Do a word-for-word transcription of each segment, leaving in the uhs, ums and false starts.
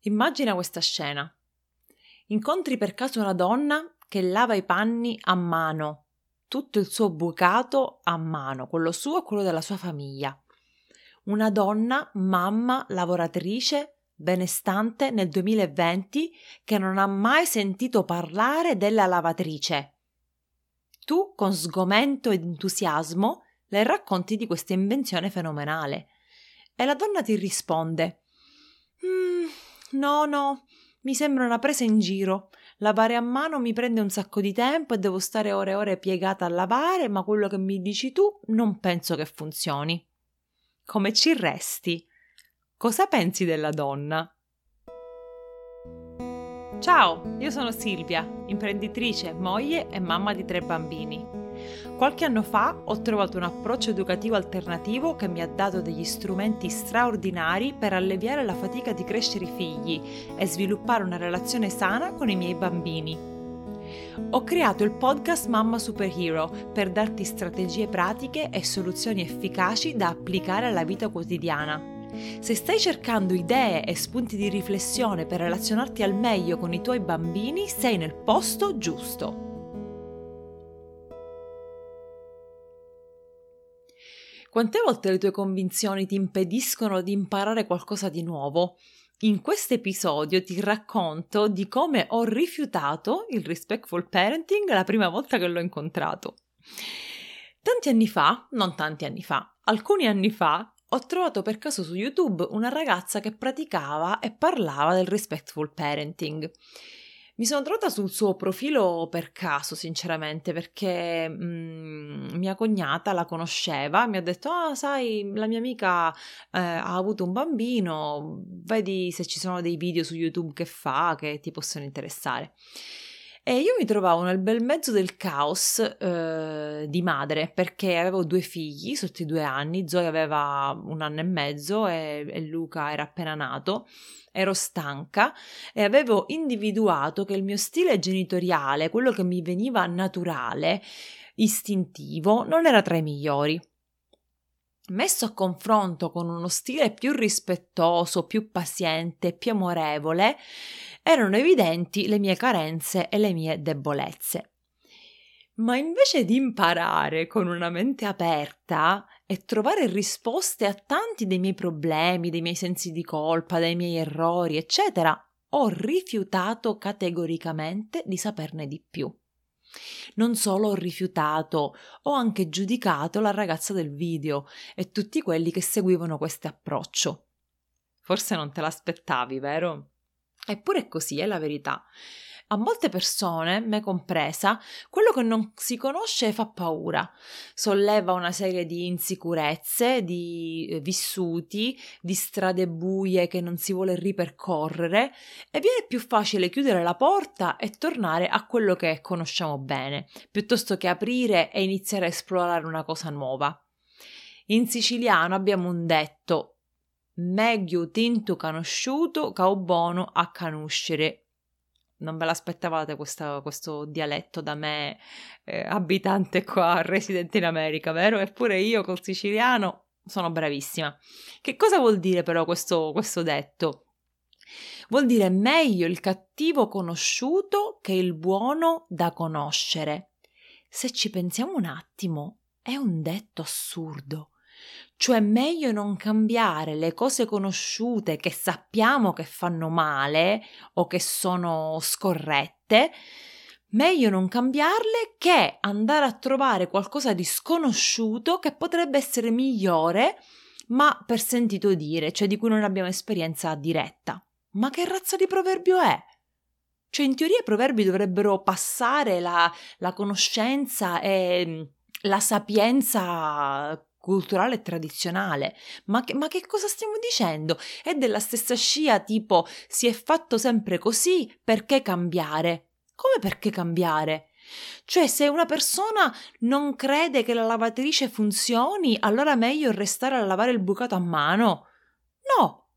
Immagina questa scena. Incontri per caso una donna che lava i panni a mano, tutto il suo bucato a mano, quello suo e quello della sua famiglia. Una donna, mamma, lavoratrice, benestante nel duemilaventi che non ha mai sentito parlare della lavatrice. Tu, con sgomento ed entusiasmo, le racconti di questa invenzione fenomenale e la donna ti risponde: mm, no, no, mi sembra una presa in giro. Lavare a mano mi prende un sacco di tempo e devo stare ore e ore piegata a lavare, ma quello che mi dici tu non penso che funzioni. Come ci resti? Cosa pensi della donna? Ciao, io sono Silvia, imprenditrice, moglie e mamma di tre bambini. Qualche anno fa ho trovato un approccio educativo alternativo che mi ha dato degli strumenti straordinari per alleviare la fatica di crescere i figli e sviluppare una relazione sana con i miei bambini. Ho creato il podcast Mamma Superhero per darti strategie pratiche e soluzioni efficaci da applicare alla vita quotidiana. Se stai cercando idee e spunti di riflessione per relazionarti al meglio con i tuoi bambini, sei nel posto giusto. Quante volte le tue convinzioni ti impediscono di imparare qualcosa di nuovo? In questo episodio ti racconto di come ho rifiutato il respectful parenting la prima volta che l'ho incontrato. Tanti anni fa, non tanti anni fa, alcuni anni fa, ho trovato per caso su YouTube una ragazza che praticava e parlava del respectful parenting. Mi sono trovata sul suo profilo per caso, sinceramente, perché mm, mia cognata la conosceva, mi ha detto: ah, sai, la mia amica eh, ha avuto un bambino, vedi se ci sono dei video su YouTube che fa, che ti possono interessare. E io mi trovavo nel bel mezzo del caos eh, di madre, perché avevo due figli sotto i due anni, Zoe aveva un anno e mezzo e, e Luca era appena nato. Ero stanca e avevo individuato che il mio stile genitoriale, quello che mi veniva naturale, istintivo, non era tra i migliori. Messo a confronto con uno stile più rispettoso, più paziente, più amorevole, erano evidenti le mie carenze e le mie debolezze. Ma invece di imparare con una mente aperta e trovare risposte a tanti dei miei problemi, dei miei sensi di colpa, dei miei errori, eccetera, ho rifiutato categoricamente di saperne di più. Non solo ho rifiutato, ho anche giudicato la ragazza del video e tutti quelli che seguivano questo approccio. Forse non te l'aspettavi, vero? Eppure è così, è la verità. A molte persone, me compresa, quello che non si conosce fa paura, solleva una serie di insicurezze, di eh, vissuti, di strade buie che non si vuole ripercorrere e viene più facile chiudere la porta e tornare a quello che conosciamo bene, piuttosto che aprire e iniziare a esplorare una cosa nuova. In siciliano abbiamo un detto: meglio tinto conosciuto che buono a conoscere. Non ve l'aspettavate questa, questo dialetto da me, eh, abitante qua, residente in America, vero? Eppure io col siciliano sono bravissima. Che cosa vuol dire però questo, questo detto? Vuol dire meglio il cattivo conosciuto che il buono da conoscere. Se ci pensiamo un attimo, è un detto assurdo. Cioè meglio non cambiare le cose conosciute che sappiamo che fanno male o che sono scorrette, meglio non cambiarle che andare a trovare qualcosa di sconosciuto che potrebbe essere migliore, ma per sentito dire, cioè di cui non abbiamo esperienza diretta. Ma che razza di proverbio è? Cioè in teoria i proverbi dovrebbero passare la, la conoscenza e la sapienza culturale e tradizionale, ma che, ma che cosa stiamo dicendo? È della stessa scia tipo si è fatto sempre così, perché cambiare? Come perché cambiare? Cioè se una persona non crede che la lavatrice funzioni, allora meglio restare a lavare il bucato a mano? No,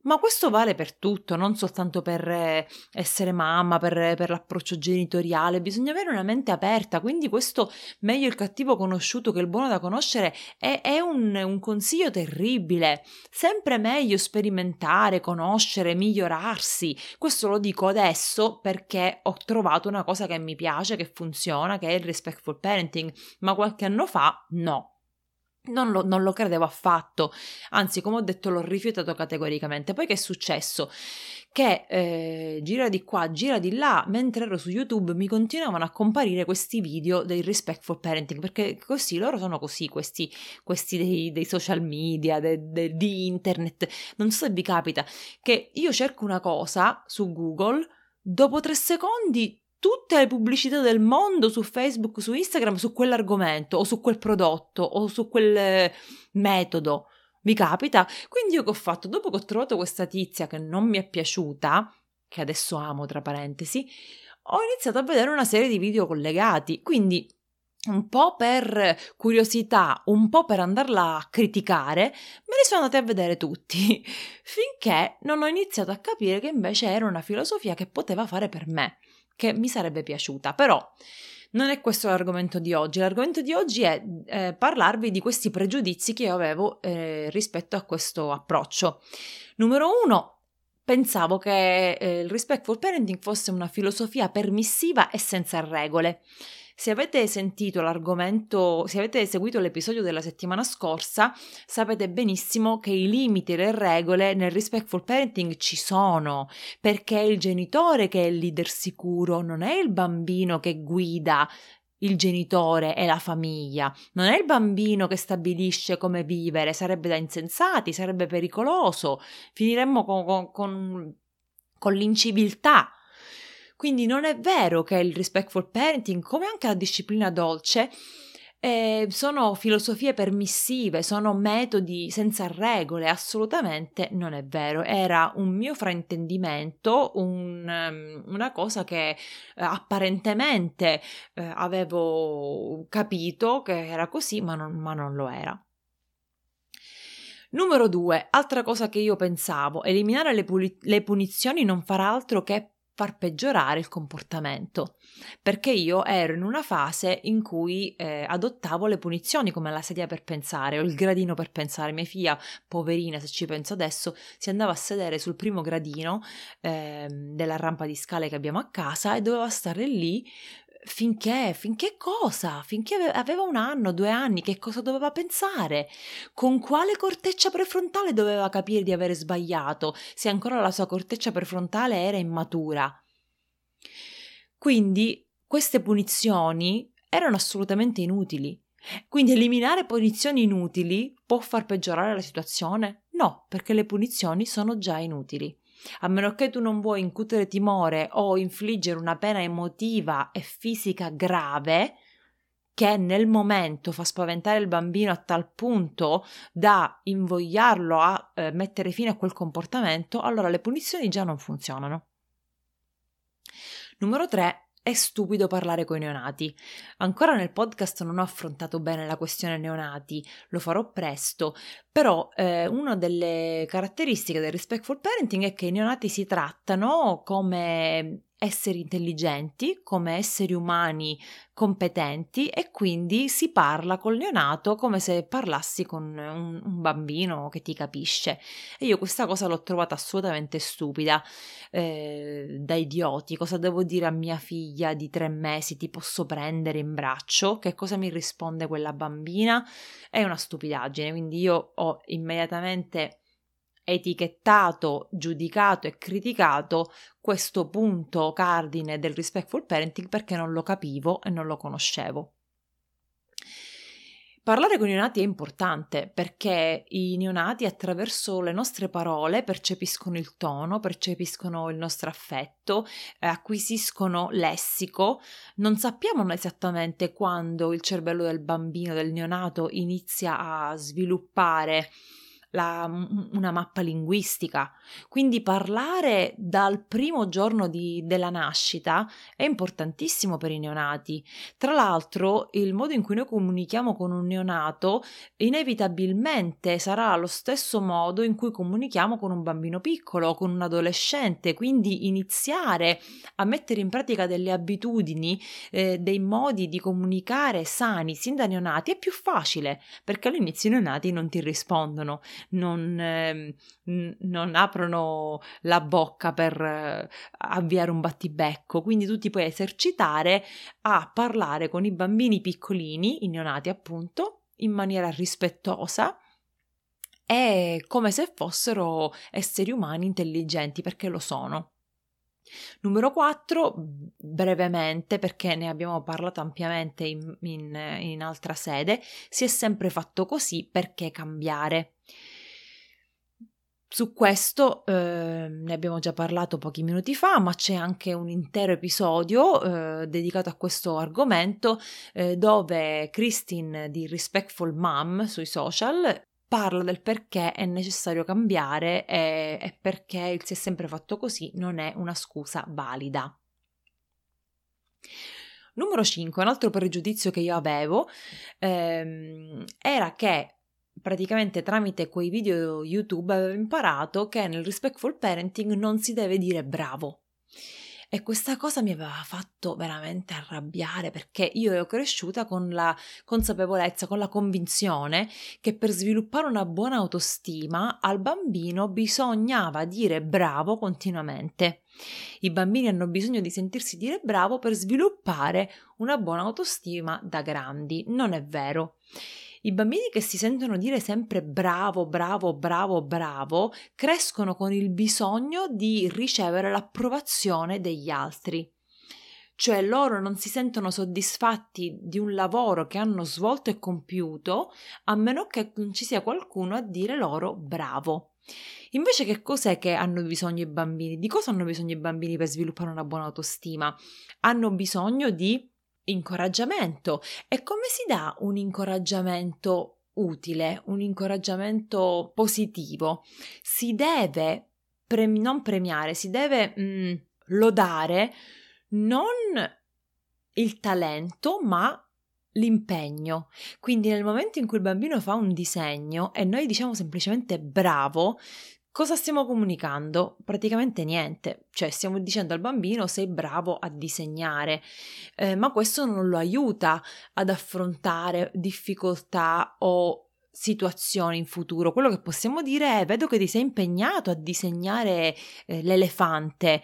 Ma questo vale per tutto, non soltanto per essere mamma, per, per l'approccio genitoriale, bisogna avere una mente aperta, quindi questo meglio il cattivo conosciuto che il buono da conoscere è, è un, un consiglio terribile. Sempre meglio sperimentare, conoscere, migliorarsi. Questo lo dico adesso perché ho trovato una cosa che mi piace, che funziona, che è il respectful parenting, ma qualche anno fa no. Non lo, non lo credevo affatto, anzi, come ho detto, l'ho rifiutato categoricamente. Poi che è successo? Che eh, gira di qua, gira di là, mentre ero su YouTube mi continuavano a comparire questi video del respectful parenting, perché così loro sono così, questi, questi dei, dei social media, de, de, di internet. Non so se vi capita che io cerco una cosa su Google, dopo tre secondi tutte le pubblicità del mondo su Facebook, su Instagram, su quell'argomento o su quel prodotto o su quel metodo. Vi capita? Quindi io che ho fatto? Dopo che ho trovato questa tizia che non mi è piaciuta, che adesso amo tra parentesi, ho iniziato a vedere una serie di video collegati. Quindi un po' per curiosità, un po' per andarla a criticare, me li sono andati a vedere tutti, finché non ho iniziato a capire che invece era una filosofia che poteva fare per me, che mi sarebbe piaciuta. Però non è questo l'argomento di oggi. L'argomento di oggi è eh, parlarvi di questi pregiudizi che io avevo eh, rispetto a questo approccio. Numero uno, pensavo che eh, il respectful parenting fosse una filosofia permissiva e senza regole. Se avete sentito l'argomento, se avete seguito l'episodio della settimana scorsa, sapete benissimo che i limiti e le regole nel respectful parenting ci sono, perché è il genitore che è il leader sicuro, non è il bambino che guida il genitore e la famiglia, non è il bambino che stabilisce come vivere, sarebbe da insensati, sarebbe pericoloso, finiremmo con, con, con, con l'inciviltà. Quindi non è vero che il respectful parenting, come anche la disciplina dolce, eh, sono filosofie permissive, sono metodi senza regole. Assolutamente non è vero. Era un mio fraintendimento, un, um, una cosa che eh, apparentemente eh, avevo capito che era così, ma non, ma non lo era. Numero due, altra cosa che io pensavo, eliminare le, puli- le punizioni non farà altro che far peggiorare il comportamento, perché io ero in una fase in cui eh, adottavo le punizioni come la sedia per pensare o il gradino per pensare. Mia figlia, poverina, se ci penso adesso, si andava a sedere sul primo gradino eh, della rampa di scale che abbiamo a casa e doveva stare lì finché, finché cosa? Finché aveva un anno, due anni, che cosa doveva pensare? Con quale corteccia prefrontale doveva capire di avere sbagliato, se ancora la sua corteccia prefrontale era immatura? Quindi queste punizioni erano assolutamente inutili. Quindi eliminare punizioni inutili può far peggiorare la situazione? No, perché le punizioni sono già inutili. A meno che tu non vuoi incutere timore o infliggere una pena emotiva e fisica grave che nel momento fa spaventare il bambino a tal punto da invogliarlo a eh, mettere fine a quel comportamento, allora le punizioni già non funzionano. Numero tre. È stupido parlare coi neonati. Ancora nel podcast non ho affrontato bene la questione neonati, lo farò presto, però eh, una delle caratteristiche del respectful parenting è che i neonati si trattano come esseri intelligenti, come esseri umani competenti, e quindi si parla col neonato come se parlassi con un, un bambino che ti capisce. E io questa cosa l'ho trovata assolutamente stupida, eh, da idioti. Cosa devo dire a mia figlia di tre mesi? Ti posso prendere in braccio? Che cosa mi risponde quella bambina? È una stupidaggine, quindi io ho immediatamente etichettato, giudicato e criticato questo punto cardine del respectful parenting perché non lo capivo e non lo conoscevo. Parlare con i neonati è importante perché i neonati attraverso le nostre parole percepiscono il tono, percepiscono il nostro affetto, eh, acquisiscono lessico. Non sappiamo esattamente quando il cervello del bambino, del neonato, inizia a sviluppare la, una mappa linguistica. Quindi parlare dal primo giorno di, della nascita è importantissimo per i neonati. Tra l'altro, il modo in cui noi comunichiamo con un neonato inevitabilmente sarà lo stesso modo in cui comunichiamo con un bambino piccolo, con un adolescente, quindi iniziare a mettere in pratica delle abitudini, eh, dei modi di comunicare sani sin da neonati è più facile, perché all'inizio i neonati non ti rispondono, non, eh, non aprono la bocca per eh, avviare un battibecco, quindi tu ti puoi esercitare a parlare con i bambini piccolini, i neonati appunto, in maniera rispettosa e come se fossero esseri umani intelligenti, perché lo sono. Numero quattro, brevemente, perché ne abbiamo parlato ampiamente in, in, in altra sede, si è sempre fatto così, perché cambiare? Su questo eh, ne abbiamo già parlato pochi minuti fa, ma c'è anche un intero episodio eh, dedicato a questo argomento eh, dove Christine di Respectful Mom sui social parla del perché è necessario cambiare e, e perché il si è sempre fatto così non è una scusa valida. Numero cinque, un altro pregiudizio che io avevo ehm, era che praticamente tramite quei video YouTube avevo imparato che nel respectful parenting non si deve dire bravo. E questa cosa mi aveva fatto veramente arrabbiare, perché io ero cresciuta con la consapevolezza, con la convinzione che per sviluppare una buona autostima al bambino bisognava dire bravo continuamente. I bambini hanno bisogno di sentirsi dire bravo per sviluppare una buona autostima da grandi. Non è vero. I bambini che si sentono dire sempre bravo, bravo, bravo, bravo, crescono con il bisogno di ricevere l'approvazione degli altri. Cioè loro non si sentono soddisfatti di un lavoro che hanno svolto e compiuto a meno che non ci sia qualcuno a dire loro bravo. Invece che cos'è che hanno bisogno i bambini? Di cosa hanno bisogno i bambini per sviluppare una buona autostima? Hanno bisogno di incoraggiamento. E come si dà un incoraggiamento utile, un incoraggiamento positivo? Si deve premi- non premiare, si deve mh, lodare non il talento, ma l'impegno. Quindi nel momento in cui il bambino fa un disegno e noi diciamo semplicemente bravo, cosa stiamo comunicando? Praticamente niente, cioè stiamo dicendo al bambino sei bravo a disegnare, eh, ma questo non lo aiuta ad affrontare difficoltà o situazioni in futuro. Quello che possiamo dire è vedo che ti sei impegnato a disegnare eh, l'elefante.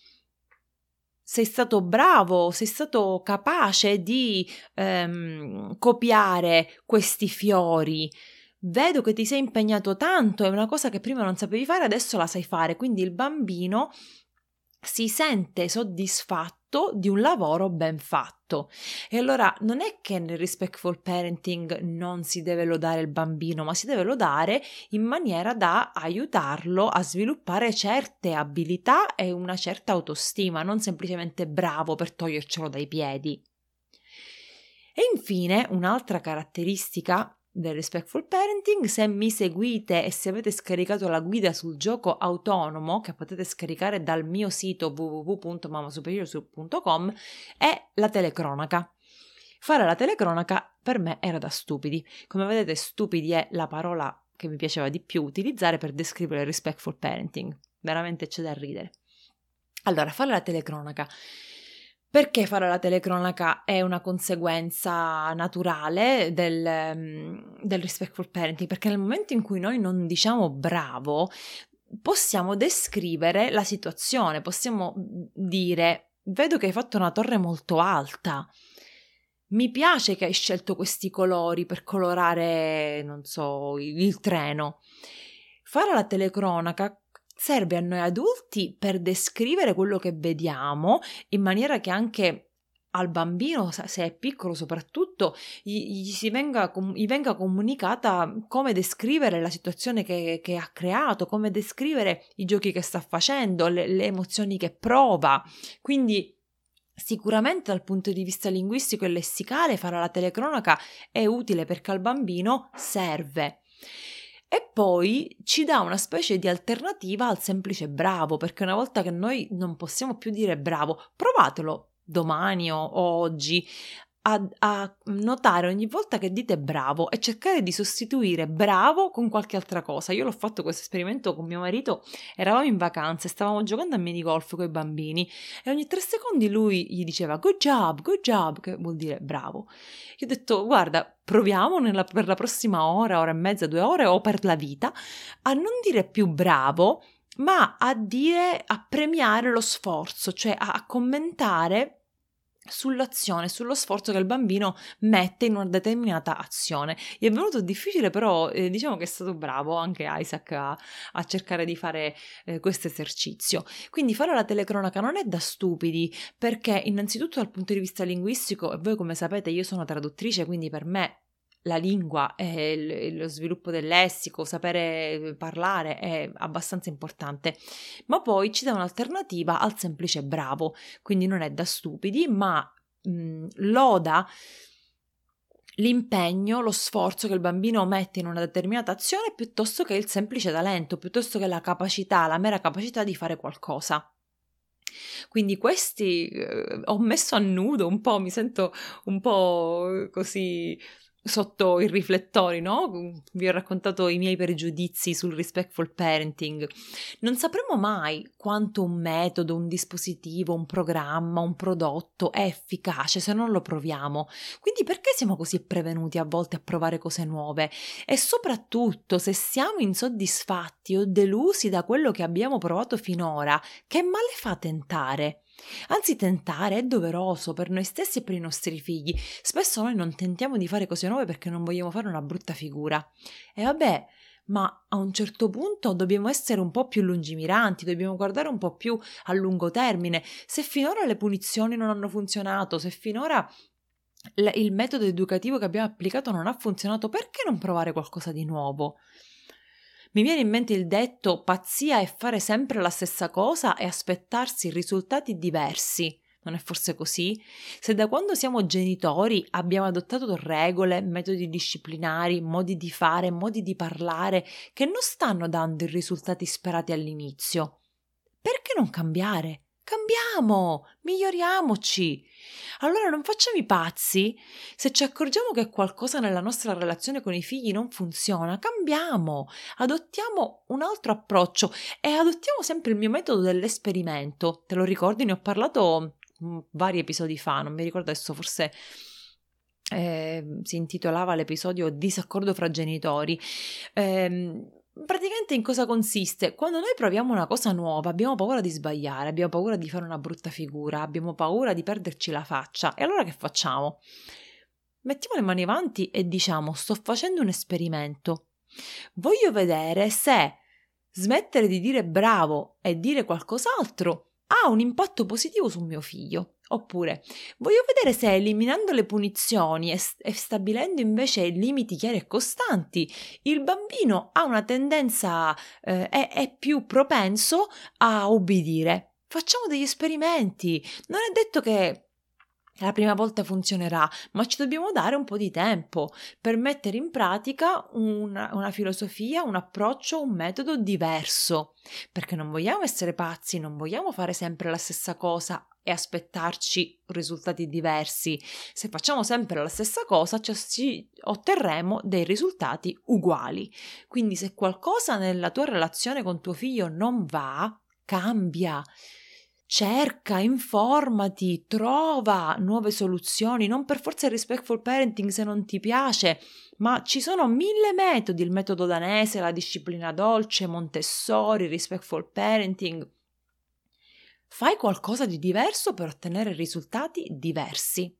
Sei stato bravo, sei stato capace di ehm, copiare questi fiori. Vedo che ti sei impegnato tanto, è una cosa che prima non sapevi fare, adesso la sai fare. Quindi il bambino si sente soddisfatto di un lavoro ben fatto. E allora non è che nel respectful parenting non si deve lodare il bambino, ma si deve lodare in maniera da aiutarlo a sviluppare certe abilità e una certa autostima, non semplicemente bravo per togliercelo dai piedi. E infine un'altra caratteristica del respectful parenting, se mi seguite e se avete scaricato la guida sul gioco autonomo che potete scaricare dal mio sito w w w punto mama superiore punto com, è la telecronaca. Fare la telecronaca per me era da stupidi. Come vedete, stupidi è la parola che mi piaceva di più utilizzare per descrivere il respectful parenting. Veramente c'è da ridere. Allora, fare la telecronaca. Perché fare la telecronaca è una conseguenza naturale del, del respectful parenting? Perché nel momento in cui noi non diciamo bravo, possiamo descrivere la situazione, possiamo dire vedo che hai fatto una torre molto alta, mi piace che hai scelto questi colori per colorare, non so, il, il treno. Fare la telecronaca serve a noi adulti per descrivere quello che vediamo in maniera che anche al bambino, se è piccolo soprattutto, gli, gli, si venga, gli venga comunicata come descrivere la situazione che, che ha creato, come descrivere i giochi che sta facendo, le, le emozioni che prova. Quindi sicuramente dal punto di vista linguistico e lessicale fare la telecronaca è utile perché al bambino serve. E poi ci dà una specie di alternativa al semplice bravo, perché una volta che noi non possiamo più dire bravo, provatelo domani o, o oggi a, a notare ogni volta che dite bravo e cercare di sostituire bravo con qualche altra cosa. Io l'ho fatto questo esperimento con mio marito, eravamo in vacanza, stavamo giocando a minigolf con i bambini e ogni tre secondi lui gli diceva good job, good job, che vuol dire bravo. Io ho detto guarda, proviamo nella, per la prossima ora, ora e mezza, due ore o per la vita a non dire più bravo, ma a dire, a premiare lo sforzo, cioè a, a commentare sull'azione, sullo sforzo che il bambino mette in una determinata azione. Gli è venuto difficile, però eh, diciamo che è stato bravo anche Isaac a, a cercare di fare eh, questo esercizio. Quindi fare la telecronaca non è da stupidi, perché innanzitutto dal punto di vista linguistico, e voi come sapete io sono traduttrice, quindi per me la lingua e lo sviluppo del lessico, sapere parlare è abbastanza importante, ma poi ci dà un'alternativa al semplice bravo, quindi non è da stupidi, ma mh, loda l'impegno, lo sforzo che il bambino mette in una determinata azione piuttosto che il semplice talento, piuttosto che la capacità, la mera capacità di fare qualcosa. Quindi questi eh, ho messo a nudo un po', mi sento un po' così sotto i riflettori, no? Vi ho raccontato i miei pregiudizi sul respectful parenting. Non sapremo mai quanto un metodo, un dispositivo, un programma, un prodotto è efficace se non lo proviamo. Quindi perché siamo così prevenuti a volte a provare cose nuove? E soprattutto, se siamo insoddisfatti o delusi da quello che abbiamo provato finora, che male fa tentare? Anzi, tentare è doveroso per noi stessi e per i nostri figli. Spesso noi non tentiamo di fare cose nuove perché non vogliamo fare una brutta figura. E vabbè, ma a un certo punto dobbiamo essere un po' più lungimiranti, dobbiamo guardare un po' più a lungo termine. Se finora le punizioni non hanno funzionato, se finora il metodo educativo che abbiamo applicato non ha funzionato, perché non provare qualcosa di nuovo? Mi viene in mente il detto pazzia è fare sempre la stessa cosa e aspettarsi risultati diversi. Non è forse così? Se da quando siamo genitori abbiamo adottato regole, metodi disciplinari, modi di fare, modi di parlare che non stanno dando i risultati sperati all'inizio, perché non cambiare? Cambiamo, miglioriamoci. Allora non facciamo i pazzi. Se ci accorgiamo che qualcosa nella nostra relazione con i figli non funziona, cambiamo, adottiamo un altro approccio e adottiamo sempre il mio metodo dell'esperimento. Te lo ricordi? Ne ho parlato mh, vari episodi fa, non mi ricordo adesso, forse eh, si intitolava l'episodio Disaccordo fra genitori. Eh, Praticamente in cosa consiste? Quando noi proviamo una cosa nuova abbiamo paura di sbagliare, abbiamo paura di fare una brutta figura, abbiamo paura di perderci la faccia. E allora che facciamo? Mettiamo le mani avanti e diciamo sto facendo un esperimento. Voglio vedere se smettere di dire bravo e dire qualcos'altro ha un impatto positivo sul mio figlio. Oppure voglio vedere se eliminando le punizioni e, st- e stabilendo invece limiti chiari e costanti, il bambino ha una tendenza, eh, è, è più propenso a obbedire. Facciamo degli esperimenti. Non è detto che la prima volta funzionerà, ma ci dobbiamo dare un po' di tempo per mettere in pratica una, una filosofia, un approccio, un metodo diverso, perché non vogliamo essere pazzi, non vogliamo fare sempre la stessa cosa e aspettarci risultati diversi. Se facciamo sempre la stessa cosa ci otterremo dei risultati uguali. Quindi se qualcosa nella tua relazione con tuo figlio non va, cambia. Cerca, informati, trova nuove soluzioni, non per forza il respectful parenting se non ti piace, ma ci sono mille metodi, il metodo danese, la disciplina dolce, Montessori, respectful parenting. Fai qualcosa di diverso per ottenere risultati diversi.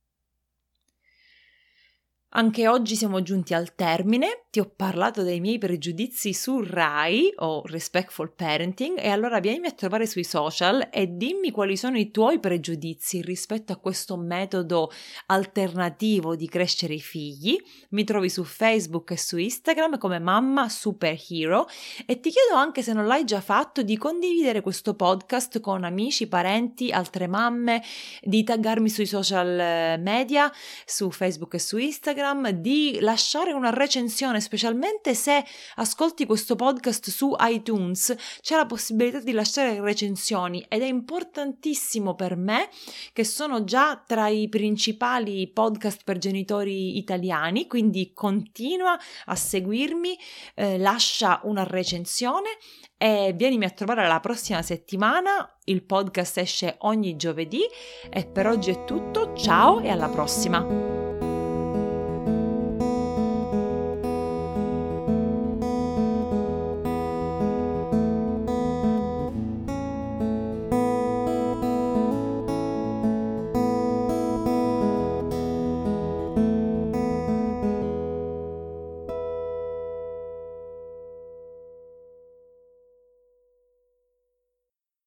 Anche oggi siamo giunti al termine, ti ho parlato dei miei pregiudizi su Rai o Respectful Parenting e allora vienimi a trovare sui social e dimmi quali sono i tuoi pregiudizi rispetto a questo metodo alternativo di crescere i figli. Mi trovi su Facebook e su Instagram come Mamma Superhero e ti chiedo anche, se non l'hai già fatto, di condividere questo podcast con amici, parenti, altre mamme, di taggarmi sui social media, su Facebook e su Instagram, Instagram, di lasciare una recensione, specialmente se ascolti questo podcast su iTunes, c'è la possibilità di lasciare recensioni ed è importantissimo per me, che sono già tra i principali podcast per genitori italiani, quindi continua a seguirmi, eh, lascia una recensione e vienimi a trovare la prossima settimana. Il podcast esce ogni giovedì e per oggi è tutto, ciao e alla prossima!